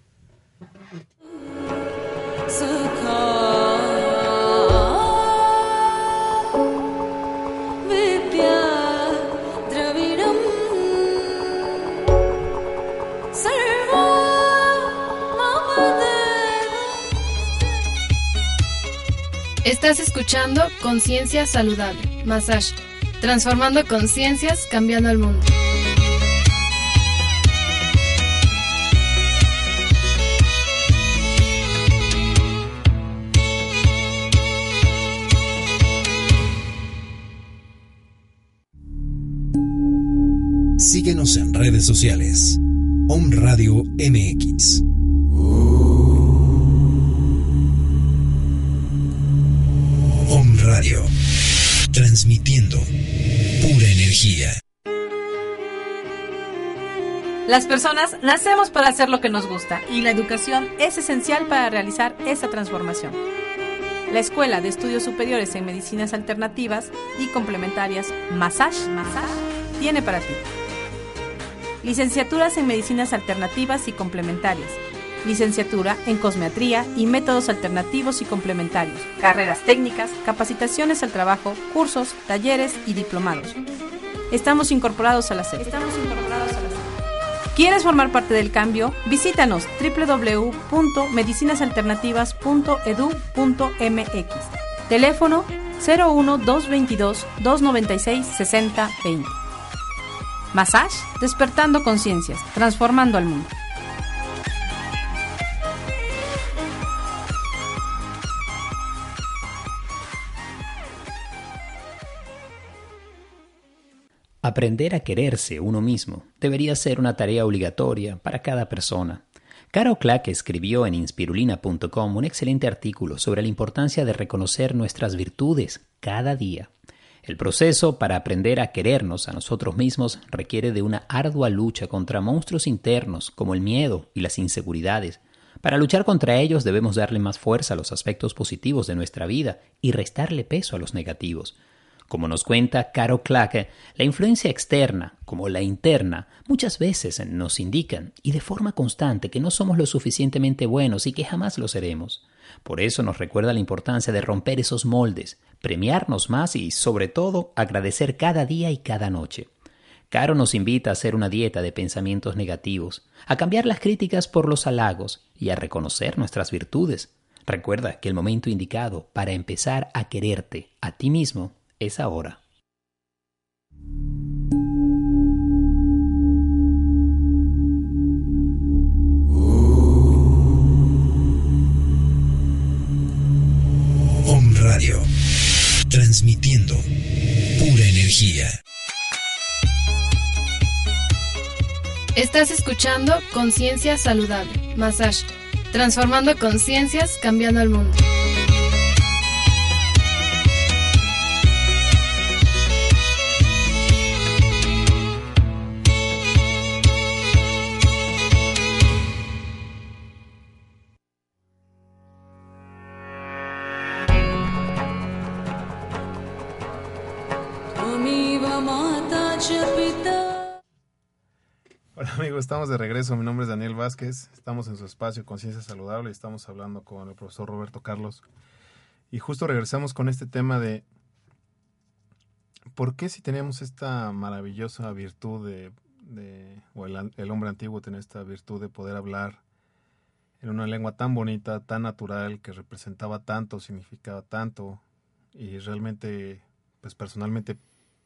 Estás escuchando Conciencia Saludable, Massage, transformando conciencias, cambiando el mundo. Síguenos en redes sociales. Om Radio M X. Om Radio. Transmitiendo pura energía. Las personas nacemos para hacer lo que nos gusta y la educación es esencial para realizar esa transformación. La Escuela de Estudios Superiores en Medicinas Alternativas y Complementarias Massage, Massage tiene para ti licenciaturas en Medicinas Alternativas y Complementarias, licenciatura en Cosmetría y Métodos Alternativos y Complementarios, carreras técnicas, capacitaciones al trabajo, cursos, talleres y diplomados. Estamos incorporados a la SEP. Estamos incorporados a la SEP. ¿Quieres formar parte del cambio? Visítanos doble u doble u doble u punto medicinas alternativas punto edu punto m x. Teléfono cero uno dos veintidós dos noventa y seis sesenta veinte. Massage, despertando conciencias, transformando al mundo. Aprender a quererse uno mismo debería ser una tarea obligatoria para cada persona. Caro Clack escribió en inspirulina punto com un excelente artículo sobre la importancia de reconocer nuestras virtudes cada día. El proceso para aprender a querernos a nosotros mismos requiere de una ardua lucha contra monstruos internos como el miedo y las inseguridades. Para luchar contra ellos debemos darle más fuerza a los aspectos positivos de nuestra vida y restarle peso a los negativos. Como nos cuenta Caro Clack, la influencia externa, como la interna, muchas veces nos indican, y de forma constante, que no somos lo suficientemente buenos y que jamás lo seremos. Por eso nos recuerda la importancia de romper esos moldes, premiarnos más y, sobre todo, agradecer cada día y cada noche. Caro nos invita a hacer una dieta de pensamientos negativos, a cambiar las críticas por los halagos y a reconocer nuestras virtudes. Recuerda que el momento indicado para empezar a quererte a ti mismo es ahora. Om Radio, transmitiendo pura energía. Estás escuchando Conciencia Saludable, Massage, transformando conciencias, cambiando al mundo. Hola amigos, estamos de regreso. Mi nombre es Daniel Vázquez. Estamos en su espacio Conciencia Saludable y estamos hablando con el profesor Roberto Carlos. Y justo regresamos con este tema de ¿por qué si teníamos esta maravillosa virtud de, de o el, el hombre antiguo tenía esta virtud de poder hablar en una lengua tan bonita, tan natural, que representaba tanto, significaba tanto, y realmente, pues personalmente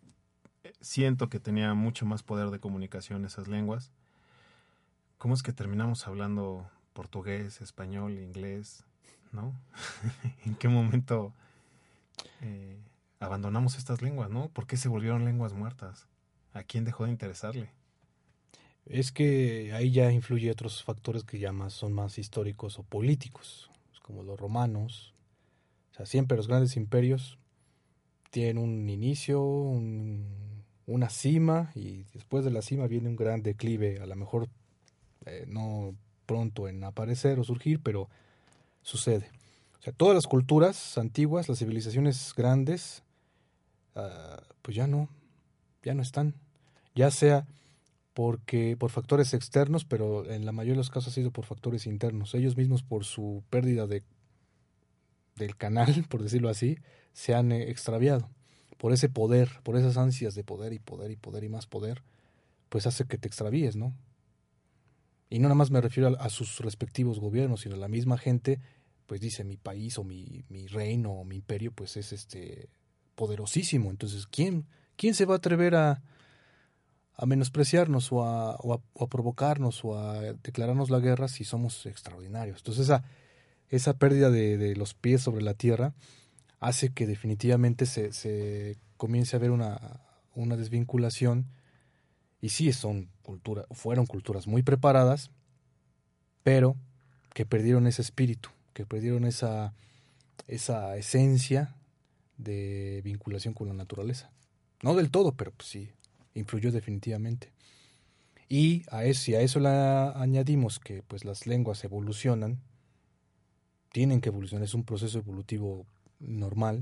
siento que tenía mucho más poder de comunicación esas lenguas? ¿Cómo es que terminamos hablando portugués, español, inglés, no? ¿En qué momento eh, abandonamos estas lenguas, no? ¿Por qué se volvieron lenguas muertas? ¿A quién dejó de interesarle? Es que ahí ya influye otros factores que ya más son más históricos o políticos, como los romanos. O sea, siempre los grandes imperios tienen un inicio, un, una cima, y después de la cima viene un gran declive, a lo mejor eh, no pronto en aparecer o surgir, pero sucede. O sea, todas las culturas antiguas, las civilizaciones grandes, uh, pues ya no, ya no están. Ya sea porque por factores externos, pero en la mayoría de los casos ha sido por factores internos. Ellos mismos, por su pérdida de del canal, por decirlo así, se han eh, extraviado. Por ese poder, por esas ansias de poder y poder y poder y más poder, pues hace que te extravíes, ¿no? Y no nada más me refiero a, a sus respectivos gobiernos, sino a la misma gente, pues dice, mi país o mi, mi reino o mi imperio, pues es este poderosísimo. Entonces, ¿quién, quién se va a atrever a, a menospreciarnos o a, o, a, o a provocarnos o a declararnos la guerra si somos extraordinarios? Entonces, esa, esa pérdida de, de los pies sobre la tierra hace que definitivamente se, se comience a ver una, una desvinculación. Y sí, son cultura, fueron culturas muy preparadas, pero que perdieron ese espíritu, que perdieron esa, esa esencia de vinculación con la naturaleza. No del todo, pero pues sí, influyó definitivamente. Y a eso, si a eso le añadimos que pues las lenguas evolucionan, tienen que evolucionar, es un proceso evolutivo normal,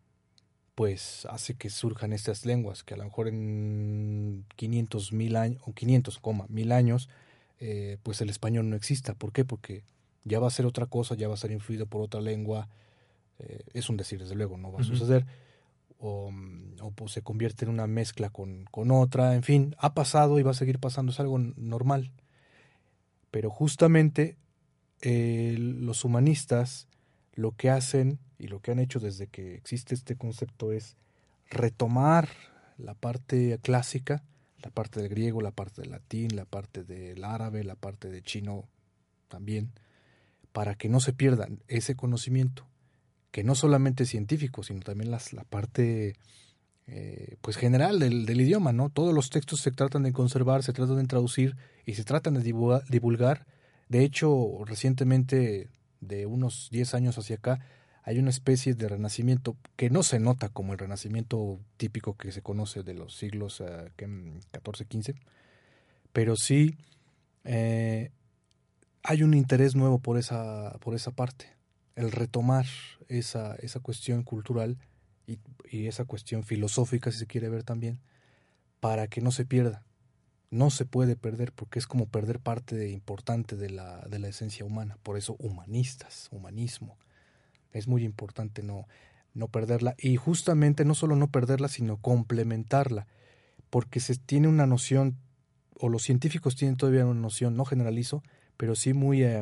pues hace que surjan estas lenguas, que a lo mejor en quinientos mil años, o quinientos, mil años, eh, pues el español no exista. ¿Por qué? Porque ya va a ser otra cosa, ya va a ser influido por otra lengua, eh, es un decir, desde luego, no va a Uh-huh. suceder, o, o pues se convierte en una mezcla con, con otra, en fin, ha pasado y va a seguir pasando, es algo normal. Pero justamente eh, los humanistas lo que hacen y lo que han hecho desde que existe este concepto es retomar la parte clásica, la parte del griego, la parte del latín, la parte del árabe, la parte de chino también, para que no se pierda ese conocimiento, que no solamente es científico, sino también las, la parte eh, pues general del, del idioma, ¿no? Todos los textos se tratan de conservar, se tratan de traducir y se tratan de divulgar. divulgar. De hecho, recientemente, de unos diez años hacia acá, hay una especie de renacimiento que no se nota como el renacimiento típico que se conoce de los siglos uh, catorce, quince, pero sí eh, hay un interés nuevo por esa, por esa parte, el retomar esa, esa cuestión cultural y, y esa cuestión filosófica, si se quiere ver también, para que no se pierda. No se puede perder porque es como perder parte de, importante de la, de la esencia humana. Por eso humanistas, humanismo. Es muy importante no, no perderla. Y justamente no solo no perderla, sino complementarla. Porque se tiene una noción, o los científicos tienen todavía una noción, no generalizo, pero sí muy, eh,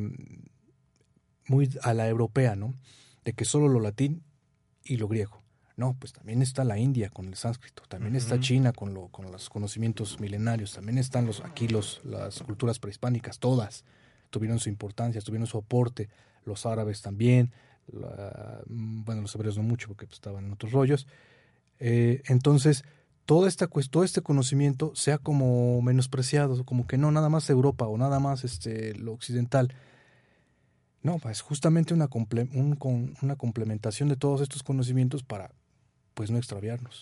muy a la europea, ¿no? De que solo lo latín y lo griego. No, pues también está la India con el sánscrito, también uh-huh. está China con, lo, con los conocimientos milenarios, también están los aquí los, las culturas prehispánicas, todas tuvieron su importancia, tuvieron su aporte, los árabes también, la, bueno, los hebreos no mucho porque pues, estaban en otros rollos. Eh, entonces, toda esta, todo este conocimiento sea como menospreciado, como que no, nada más Europa o nada más este, lo occidental. No, es justamente una, comple- un, con, una complementación de todos estos conocimientos para pues no extraviarnos.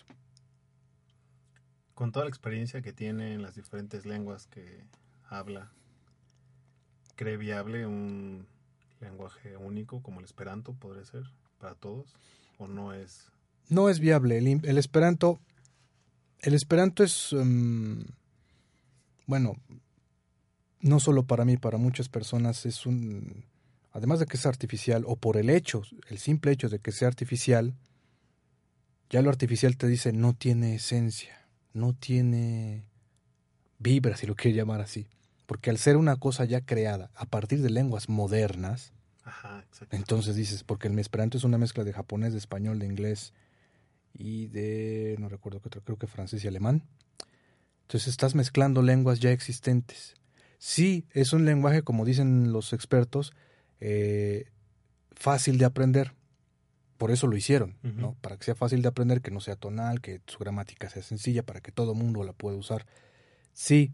Con toda la experiencia que tiene en las diferentes lenguas que habla, ¿cree viable un lenguaje único como el Esperanto podría ser para todos? ¿O no es? No es viable. El, el Esperanto, el Esperanto es, um, bueno, no solo para mí, para muchas personas es un, además de que es artificial, o por el hecho, el simple hecho de que sea artificial, ya lo artificial te dice no tiene esencia, no tiene vibra, si lo quieres llamar así. Porque al ser una cosa ya creada a partir de lenguas modernas, ajá, exacto. Entonces dices, porque el Esperanto es una mezcla de japonés, de español, de inglés y de, no recuerdo qué otro, creo que francés y alemán. Entonces estás mezclando lenguas ya existentes. Sí, es un lenguaje, como dicen los expertos, eh, fácil de aprender. Por eso lo hicieron, uh-huh. ¿no? Para que sea fácil de aprender, que no sea tonal, que su gramática sea sencilla, para que todo mundo la pueda usar. Sí,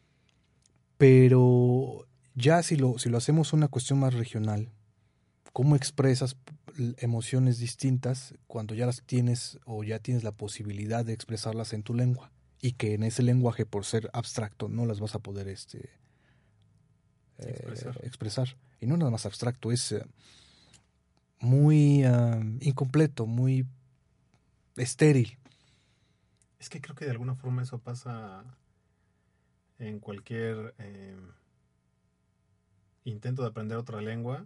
pero ya si lo, si lo hacemos una cuestión más regional, ¿cómo expresas emociones distintas cuando ya las tienes o ya tienes la posibilidad de expresarlas en tu lengua? Y que en ese lenguaje, por ser abstracto, no las vas a poder este, eh, expresar. expresar. Y no nada más abstracto, es... Eh, muy uh, incompleto, muy estéril. Es que creo que de alguna forma eso pasa en cualquier eh, intento de aprender otra lengua,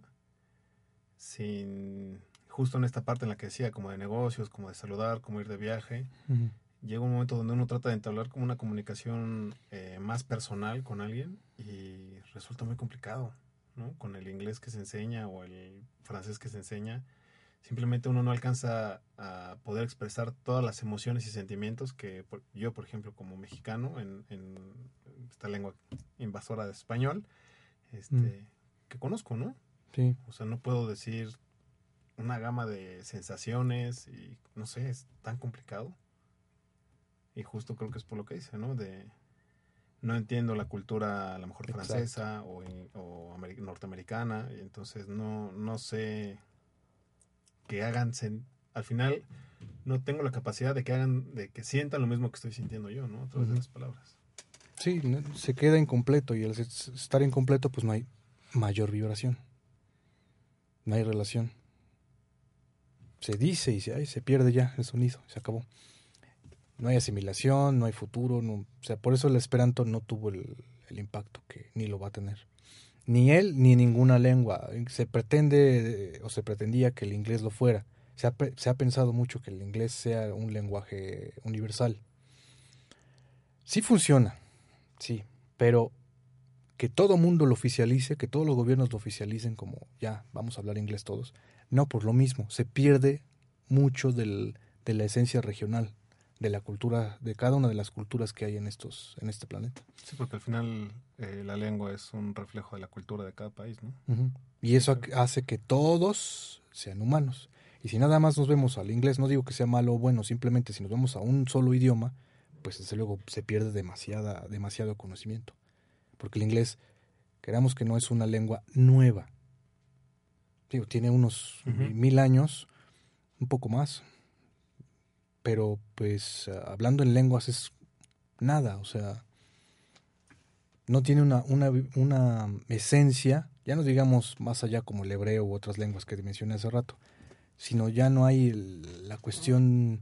sin justo en esta parte en la que decía, como de negocios, como de saludar, como ir de viaje. Uh-huh. Llega un momento donde uno trata de entablar como una comunicación eh, más personal con alguien y resulta muy complicado, ¿no? Con el inglés que se enseña o el francés que se enseña, simplemente uno no alcanza a poder expresar todas las emociones y sentimientos que por, yo, por ejemplo, como mexicano, en, en esta lengua invasora de español, este, mm. que conozco, ¿no? Sí. O sea, no puedo decir una gama de sensaciones y, no sé, es tan complicado. Y justo creo que es por lo que dice, ¿no? De... no entiendo la cultura a lo mejor Exacto. francesa o, o amer- norteamericana, y entonces no, no sé que hagan, sen- al final no tengo la capacidad de que hagan, de que sientan lo mismo que estoy sintiendo yo, ¿no? A través uh-huh. de las palabras. Sí, se queda incompleto y al estar incompleto pues no hay mayor vibración, no hay relación. Se dice y se, ay, se pierde ya el sonido, se acabó. No hay asimilación, no hay futuro, no, o sea, por eso el Esperanto no tuvo el, el impacto que ni lo va a tener. Ni él ni ninguna lengua. Se pretende o se pretendía que el inglés lo fuera. Se ha, se ha pensado mucho que el inglés sea un lenguaje universal. Sí funciona, sí, pero que todo mundo lo oficialice, que todos los gobiernos lo oficialicen como ya, vamos a hablar inglés todos. No, por lo mismo, se pierde mucho del, de la esencia regional, de la cultura, de cada una de las culturas que hay en estos, en este planeta. Sí, porque al final eh, la lengua es un reflejo de la cultura de cada país, ¿no? Uh-huh. Y eso sí. hace que todos sean humanos. Y si nada más nos vemos al inglés, no digo que sea malo o bueno, simplemente si nos vemos a un solo idioma, pues desde luego se pierde demasiada, demasiado conocimiento. Porque el inglés, queramos que no, es una lengua nueva. Digo, tiene unos uh-huh. mil años, un poco más. Pero pues hablando en lenguas es nada, o sea, no tiene una, una, una esencia, ya no digamos más allá como el hebreo u otras lenguas que te mencioné hace rato, sino ya no hay el, la cuestión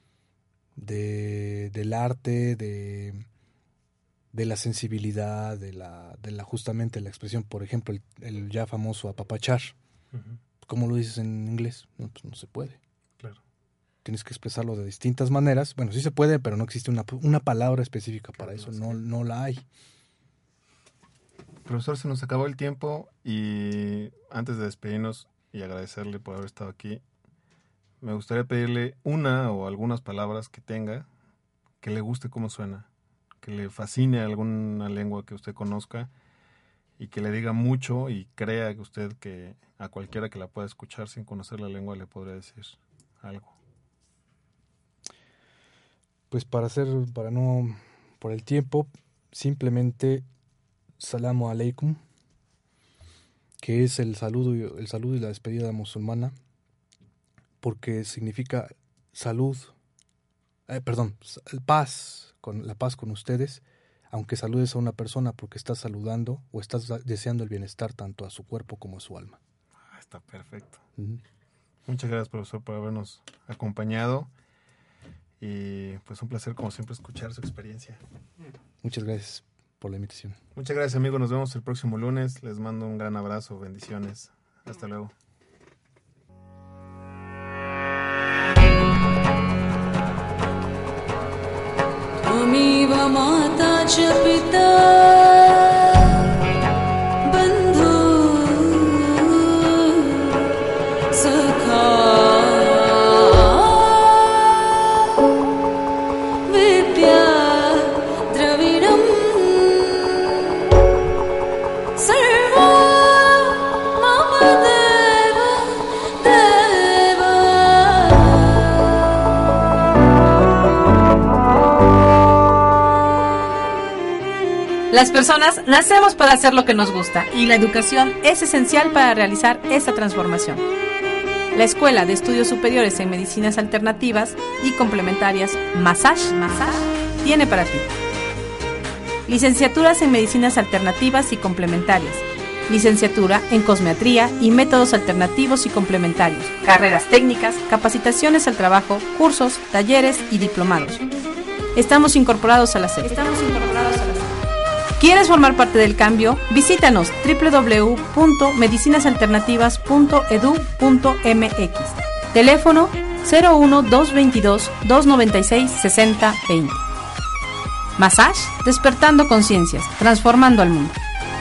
de, del arte, de, de la sensibilidad, de la, de la justamente la expresión, por ejemplo, el, el ya famoso apapachar. Uh-huh. ¿Cómo lo dices en inglés? No, pues no se puede. Claro. Tienes que expresarlo de distintas maneras. Bueno, sí se puede, pero no existe una, una palabra específica para eso. No, no la hay. Profesor, se nos acabó el tiempo y antes de despedirnos y agradecerle por haber estado aquí, me gustaría pedirle una o algunas palabras que tenga, que le guste cómo suena, que le fascine alguna lengua que usted conozca y que le diga mucho y crea que usted que a cualquiera que la pueda escuchar sin conocer la lengua le podría decir algo. Pues para hacer, para no, por el tiempo, simplemente Salamu Alaikum, que es el saludo, el saludo y la despedida musulmana, porque significa salud, eh, perdón, paz, con la paz con ustedes, aunque saludes a una persona porque estás saludando o estás deseando el bienestar tanto a su cuerpo como a su alma. Ah, está perfecto. Uh-huh. Muchas gracias, profesor, por habernos acompañado. Y pues un placer como siempre escuchar su experiencia. Muchas gracias por la invitación. Muchas gracias, amigos, nos vemos el próximo lunes. Les mando un gran abrazo, bendiciones. Hasta luego. Las personas nacemos para hacer lo que nos gusta y la educación es esencial para realizar esta transformación. La Escuela de Estudios Superiores en Medicinas Alternativas y Complementarias Massage, Massage tiene para ti licenciaturas en Medicinas Alternativas y Complementarias, licenciatura en Cosmetría y Métodos Alternativos y Complementarios, carreras técnicas, capacitaciones al trabajo, cursos, talleres y diplomados. Estamos incorporados a la S E P. Estamos incorporados a la S E P. ¿Quieres formar parte del cambio? Visítanos doble u doble u doble u punto medicinas alternativas punto e d u punto m x. Teléfono cero uno dos veintidós dos noventa y seis sesenta veinte. Massage, despertando conciencias, transformando al mundo.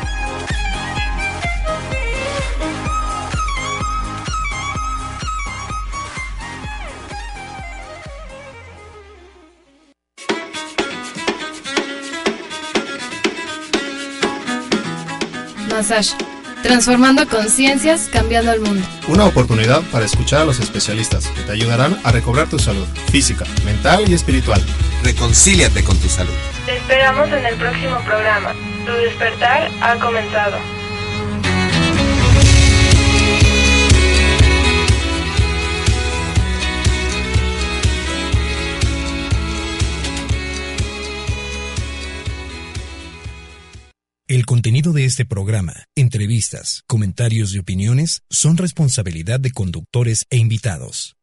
Massage, transformando conciencias, cambiando el mundo. Una oportunidad para escuchar a los especialistas que te ayudarán a recobrar tu salud física, mental y espiritual. Reconcíliate con tu salud. Te esperamos en el próximo programa. Tu despertar ha comenzado. El contenido de este programa, entrevistas, comentarios y opiniones son responsabilidad de conductores e invitados.